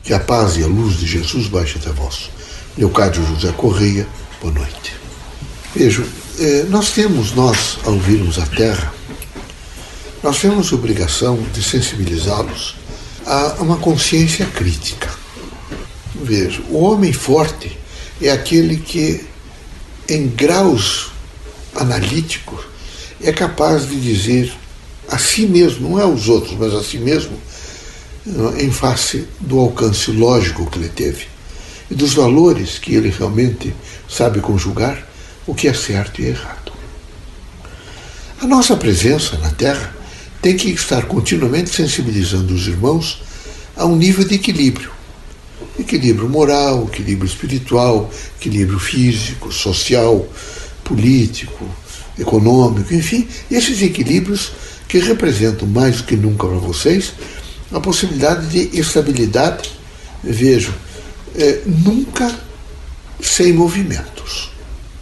Que a paz e a luz de Jesus baixe até vós. Leocádio José Correia, boa noite. Vejam, nós, ao virmos a Terra, nós temos a obrigação de sensibilizá-los a uma consciência crítica. Veja, o homem forte é aquele que, em graus analíticos, é capaz de dizer a si mesmo, não é aos outros, mas a si mesmo, em face do alcance lógico que ele teve e dos valores que ele realmente sabe conjugar, o que é certo e errado. A nossa presença na Terra tem que estar continuamente sensibilizando os irmãos a um nível de equilíbrio. Equilíbrio moral, equilíbrio espiritual, equilíbrio físico, social, político, econômico, enfim, esses equilíbrios que representam mais do que nunca para vocês a possibilidade de estabilidade, vejo, nunca sem movimentos.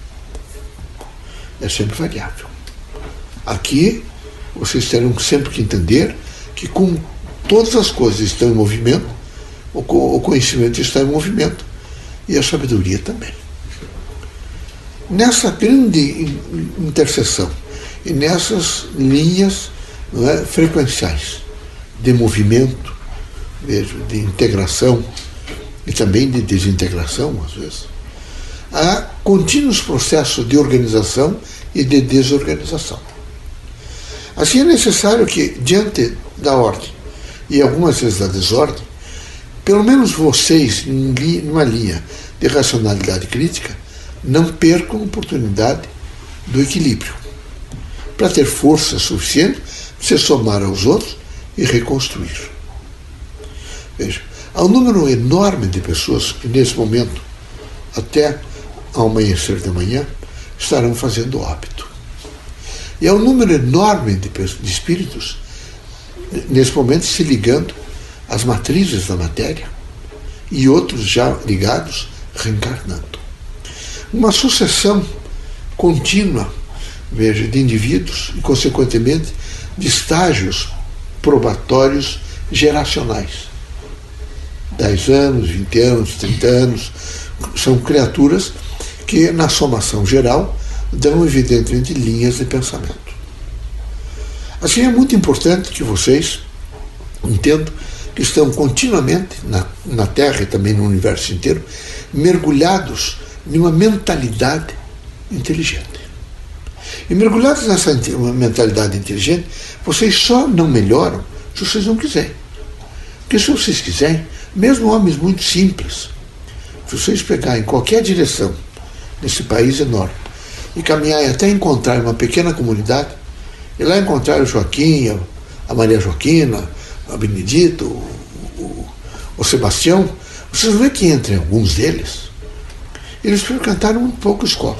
É sempre variável. Aqui, vocês terão sempre que entender que, como todas as coisas estão em movimento, o conhecimento está em movimento e a sabedoria também. Nessa grande interseção e nessas linhas, não é, frequenciais de movimento, vejo, de integração e também de desintegração, às vezes, há contínuos processos de organização e de desorganização. Assim é necessário que, diante da ordem e algumas vezes da desordem, pelo menos vocês, numa linha de racionalidade crítica, não percam a oportunidade do equilíbrio, para ter força suficiente para se somar aos outros e reconstruir. Veja, há um número enorme de pessoas que, nesse momento, até ao amanhecer da manhã, estarão fazendo óbito. E há um número enorme de espíritos, nesse momento, se ligando às matrizes da matéria e outros já ligados, reencarnando. Uma sucessão contínua, veja, de indivíduos e, consequentemente, de estágios probatórios geracionais. 10 anos, 20 anos, 30 anos, são criaturas que, na somação geral, dão, evidentemente, linhas de pensamento. Assim, é muito importante que vocês entendam que estão continuamente, na Terra e também no universo inteiro, mergulhados em uma mentalidade inteligente. E mergulhados nessa mentalidade inteligente, vocês só não melhoram se vocês não quiserem. Porque se vocês quiserem, mesmo homens muito simples, se vocês pegarem qualquer direção nesse país enorme e caminharem até encontrar uma pequena comunidade, e lá encontrar o Joaquim, a Maria Joaquina, a Benedito, o Sebastião, vocês vão ver que entre alguns deles, eles frequentaram um pouco escola.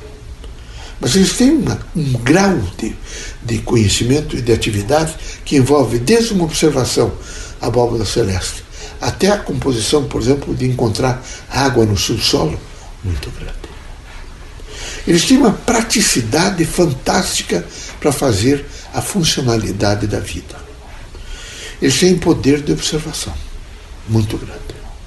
Mas eles têm um grau de conhecimento e de atividade que envolve desde uma observação à abóbora celeste até a composição, por exemplo, de encontrar água no subsolo, muito grande. Eles têm uma praticidade fantástica para fazer a funcionalidade da vida. Eles têm poder de observação muito grande.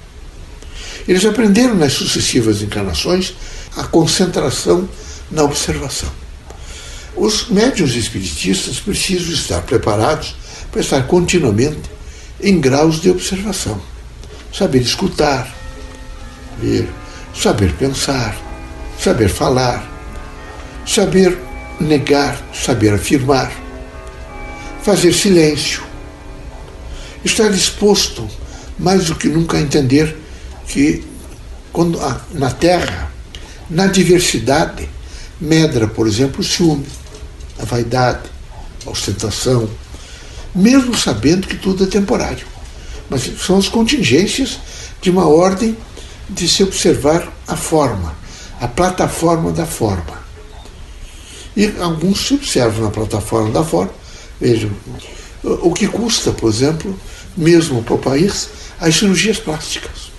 Eles aprenderam nas sucessivas encarnações a concentração na observação. Os médiuns espiritistas precisam estar preparados para estar continuamente em graus de observação. Saber escutar, ver, saber pensar, saber falar, saber negar, saber afirmar, fazer silêncio, estar disposto mais do que nunca a entender que quando na Terra, na diversidade, medra, por exemplo, o ciúme, a vaidade, a ostentação, mesmo sabendo que tudo é temporário. Mas são as contingências de uma ordem de se observar a forma, a plataforma da forma. E alguns se observam na plataforma da forma. Vejam, o que custa, por exemplo, mesmo para o país, as cirurgias plásticas.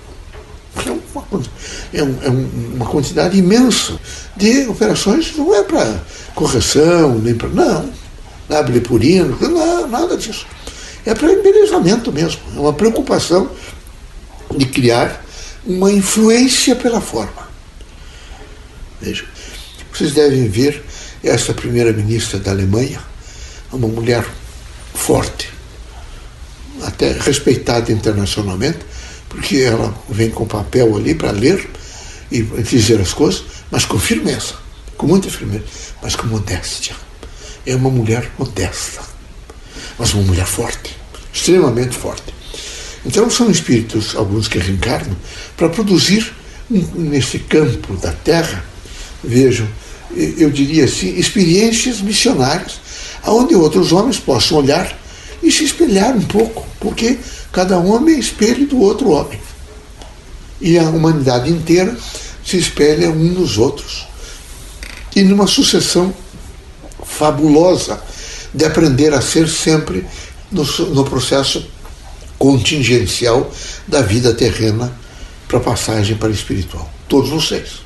É uma quantidade imensa de operações, não é para correção, nem para. Não, lábio purino, não, nada disso. É para embelezamento mesmo. É uma preocupação de criar uma influência pela forma. Veja, vocês devem ver essa primeira-ministra da Alemanha, uma mulher forte, até respeitada internacionalmente, porque ela vem com papel ali para ler e dizer as coisas, mas com firmeza, com muita firmeza, mas com modéstia. É uma mulher modesta, mas uma mulher forte, extremamente forte. Então são espíritos, alguns que reencarnam, para produzir nesse campo da Terra, vejam, eu diria assim, experiências missionárias, onde outros homens possam olhar e se espelhar um pouco, porque cada homem é espelho do outro homem. E a humanidade inteira se espelha um nos outros. E numa sucessão fabulosa de aprender a ser sempre no processo contingencial da vida terrena para a passagem para o espiritual. Todos vocês.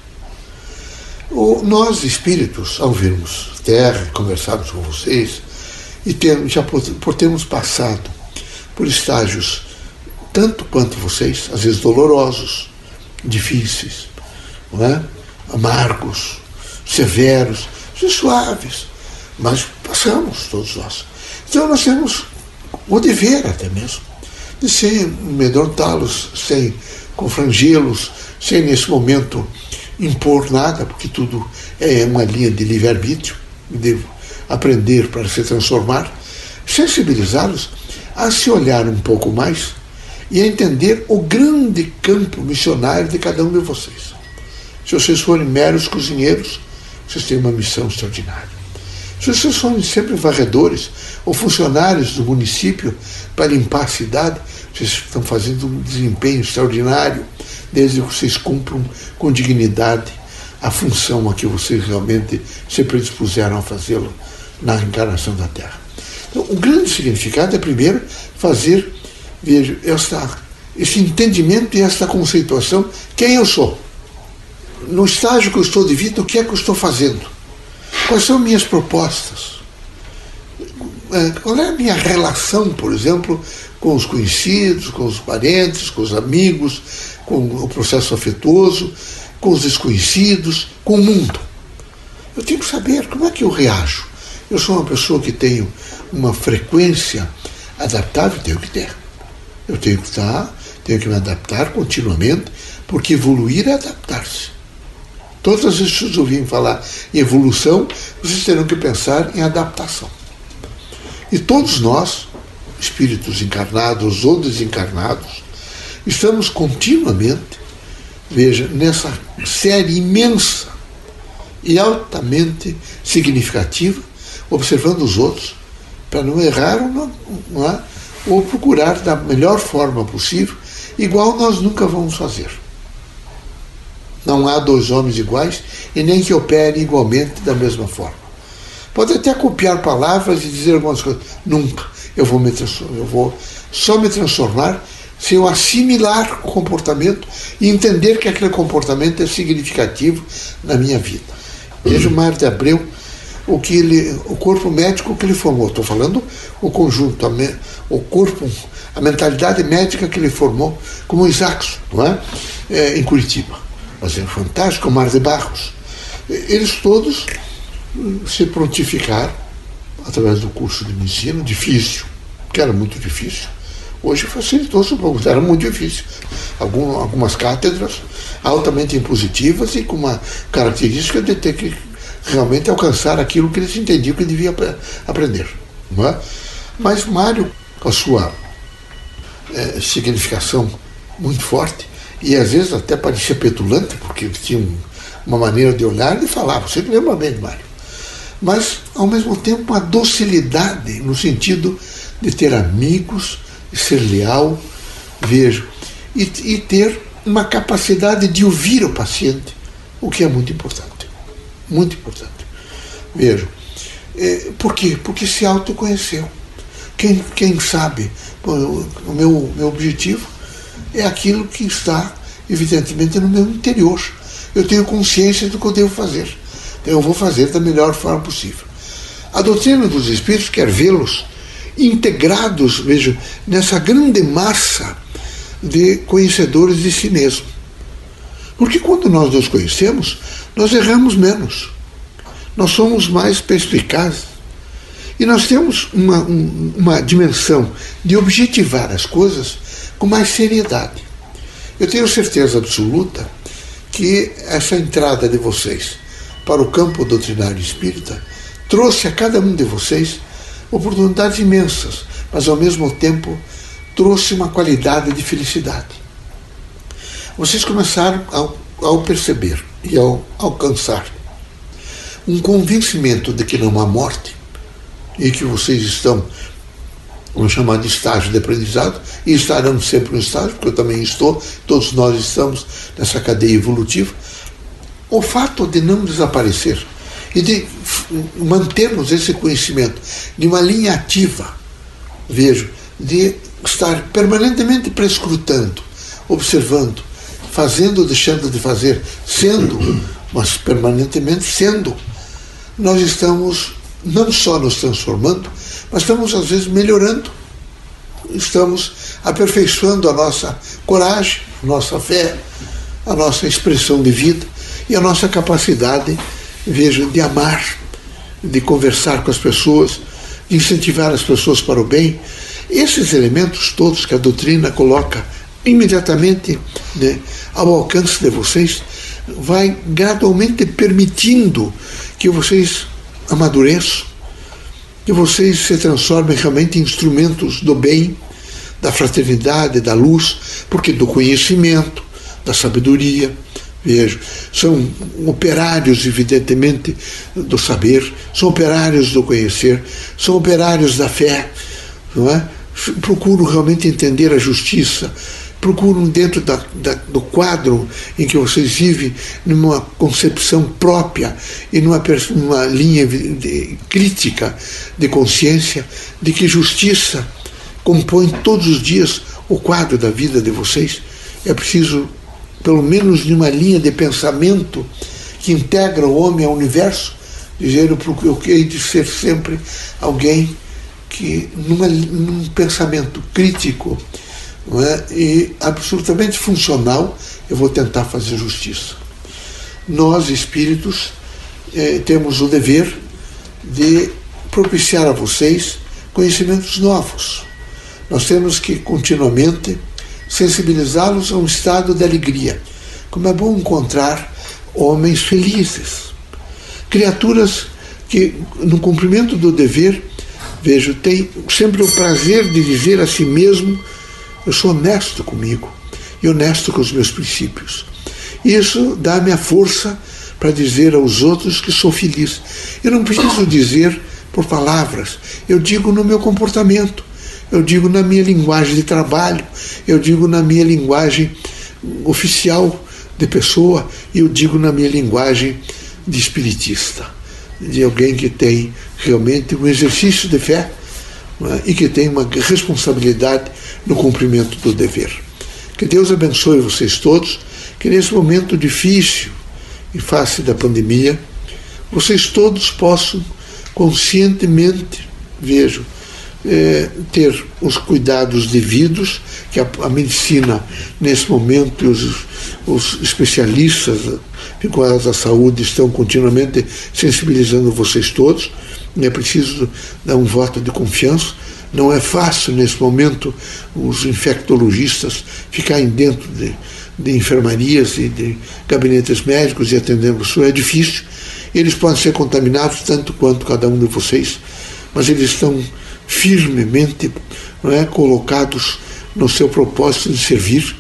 Nós, espíritos, ao virmos Terra, conversarmos com vocês, e já por termos passado por estágios tanto quanto vocês, às vezes dolorosos, difíceis, não é? Amargos, severos, suaves, mas passamos todos nós. Então nós temos o dever até mesmo de sem amedrontá-los, sem confrangê-los, sem nesse momento impor nada, porque tudo é uma linha de livre-arbítrio, devo aprender para se transformar, sensibilizá-los a se olhar um pouco mais e a entender o grande campo missionário de cada um de vocês. Se vocês forem meros cozinheiros, vocês têm uma missão extraordinária. Se vocês forem sempre varredores ou funcionários do município para limpar a cidade, vocês estão fazendo um desempenho extraordinário, desde que vocês cumpram com dignidade a função a que vocês realmente se predispuseram a fazê-lo na encarnação da Terra. Então, o grande significado é, primeiro, fazer, veja, esse entendimento e essa conceituação, quem eu sou. No estágio que eu estou de vida, o que é que eu estou fazendo? Quais são minhas propostas? Qual é a minha relação, por exemplo, com os conhecidos, com os parentes, com os amigos, com o processo afetuoso, com os desconhecidos, com o mundo? Eu tenho que saber como é que eu reajo. Eu sou uma pessoa que tenho uma frequência adaptável, tenho que ter. Eu tenho que me adaptar continuamente, porque evoluir é adaptar-se. Todas as vezes que vocês ouvirem falar em evolução, vocês terão que pensar em adaptação. E todos nós, espíritos encarnados ou desencarnados, estamos continuamente, veja, nessa série imensa e altamente significativa, observando os outros, para não errar ou procurar da melhor forma possível, igual nós nunca vamos fazer. Não há dois homens iguais e nem que operem igualmente da mesma forma. Pode até copiar palavras e dizer algumas coisas. Nunca. Eu vou só me transformar se eu assimilar o comportamento e entender que aquele comportamento é significativo na minha vida. Veja o Mário de Abreu, o corpo médico que ele formou. Estou falando o conjunto, o corpo, a mentalidade médica que ele formou, como o Isaacson, não é? Em Curitiba. Mas é fantástico, o Mar de Barros. Eles todos se prontificaram através do curso de medicina, difícil, que era muito difícil. Hoje facilitou-se um pouco, era muito difícil. Algumas cátedras altamente impositivas e com uma característica de ter que realmente alcançar aquilo que eles entendiam que devia aprender. Não é? Mas Mário, com a sua significação muito forte, e às vezes até parecia petulante, porque ele tinha uma maneira de olhar e de falar. Você lembra bem de Mário. Mas, ao mesmo tempo, uma docilidade, no sentido de ter amigos, de ser leal, vejo, e ter uma capacidade de ouvir o paciente, o que é muito importante. Muito importante. Vejo. Por quê? Porque se autoconheceu. Quem sabe, o meu objetivo é aquilo que está, evidentemente, no meu interior. Eu tenho consciência do que eu devo fazer. Então eu vou fazer da melhor forma possível. A doutrina dos Espíritos quer vê-los integrados, vejo, nessa grande massa de conhecedores de si mesmo. Porque quando nós nos conhecemos, nós erramos menos. Nós somos mais perspicazes. E nós temos uma dimensão de objetivar as coisas com mais seriedade. Eu tenho certeza absoluta que essa entrada de vocês para o campo doutrinário espírita trouxe a cada um de vocês oportunidades imensas, mas ao mesmo tempo trouxe uma qualidade de felicidade. Vocês começaram ao perceber e ao alcançar um convencimento de que não há morte e que vocês estão, vamos chamar de estágio de aprendizado, e estarão sempre no estágio, porque eu também estou, todos nós estamos nessa cadeia evolutiva. O fato de não desaparecer e de mantermos esse conhecimento de uma linha ativa, vejo, de estar permanentemente prescrutando, observando, fazendo ou deixando de fazer, sendo, mas permanentemente sendo, nós estamos não só nos transformando, mas estamos às vezes melhorando, estamos aperfeiçoando a nossa coragem, a nossa fé, a nossa expressão de vida e a nossa capacidade, vejo, de amar, de conversar com as pessoas, de incentivar as pessoas para o bem. Esses elementos todos que a doutrina coloca imediatamente, né, ao alcance de vocês, vai gradualmente permitindo que vocês amadureçam, que vocês se transformem realmente em instrumentos do bem, da fraternidade, da luz, porque do conhecimento, da sabedoria, vejo, são operários, evidentemente, do saber, são operários do conhecer, são operários da fé, não é? Procuram realmente entender a justiça, procuram dentro do quadro em que vocês vivem, numa concepção própria e numa linha crítica de consciência, de que justiça compõe todos os dias o quadro da vida de vocês. É preciso, pelo menos de uma linha de pensamento que integra o homem ao universo, dizer, eu hei de ser sempre alguém que, num pensamento crítico, não é? E absolutamente funcional, eu vou tentar fazer justiça. Nós, espíritos, temos o dever de propiciar a vocês conhecimentos novos. Nós temos que continuamente sensibilizá-los a um estado de alegria. Como é bom encontrar homens felizes, criaturas que, no cumprimento do dever, vejo, têm sempre o prazer de dizer a si mesmo: eu sou honesto comigo e honesto com os meus princípios. Isso dá-me a força para dizer aos outros que sou feliz. Eu não preciso dizer por palavras, eu digo no meu comportamento, eu digo na minha linguagem de trabalho, eu digo na minha linguagem oficial de pessoa, eu digo na minha linguagem de espiritista, de alguém que tem realmente um exercício de fé, não é? E que tem uma responsabilidade no cumprimento do dever. Que Deus abençoe vocês todos, que nesse momento difícil, em face da pandemia, vocês todos possam conscientemente, vejo, ter os cuidados devidos, que a medicina, nesse momento, os especialistas vinculados à saúde estão continuamente sensibilizando vocês todos. É preciso dar um voto de confiança. Não é fácil, nesse momento, os infectologistas ficarem dentro de enfermarias e de gabinetes médicos e atendendo isso. É difícil. Eles podem ser contaminados tanto quanto cada um de vocês, mas eles estão firmemente, não é, colocados no seu propósito de servir.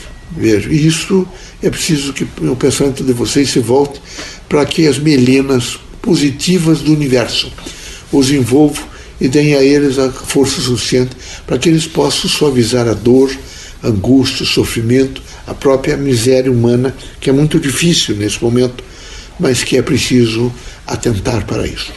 E isso é preciso que o pensamento de vocês se volte para que as melenas positivas do universo os envolvam e deem a eles a força suficiente para que eles possam suavizar a dor, a angústia, o sofrimento, a própria miséria humana, que é muito difícil nesse momento, mas que é preciso atentar para isso.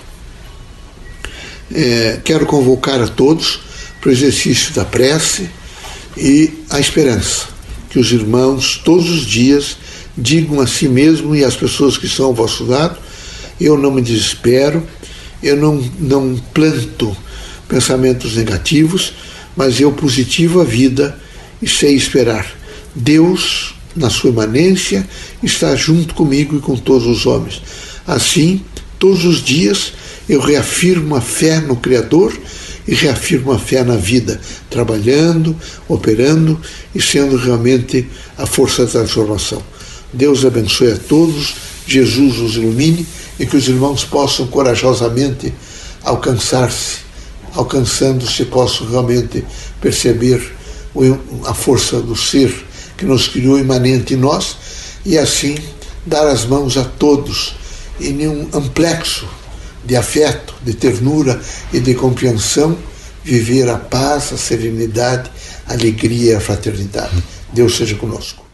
Quero convocar a todos para o exercício da prece e a esperança, que os irmãos todos os dias digam a si mesmo e às pessoas que estão ao vosso lado: eu não me desespero, eu não planto pensamentos negativos, mas eu positivo a vida e sei esperar. Deus, na sua imanência, está junto comigo e com todos os homens. Assim, todos os dias, eu reafirmo a fé no Criador e reafirmo a fé na vida, trabalhando, operando e sendo realmente a força da transformação. Deus abençoe a todos, Jesus os ilumine e que os irmãos possam corajosamente alcançando-se, possam realmente perceber a força do ser que nos criou imanente em nós e assim dar as mãos a todos em um amplexo de afeto, de ternura e de compreensão, viver a paz, a serenidade, a alegria e a fraternidade. Deus seja conosco.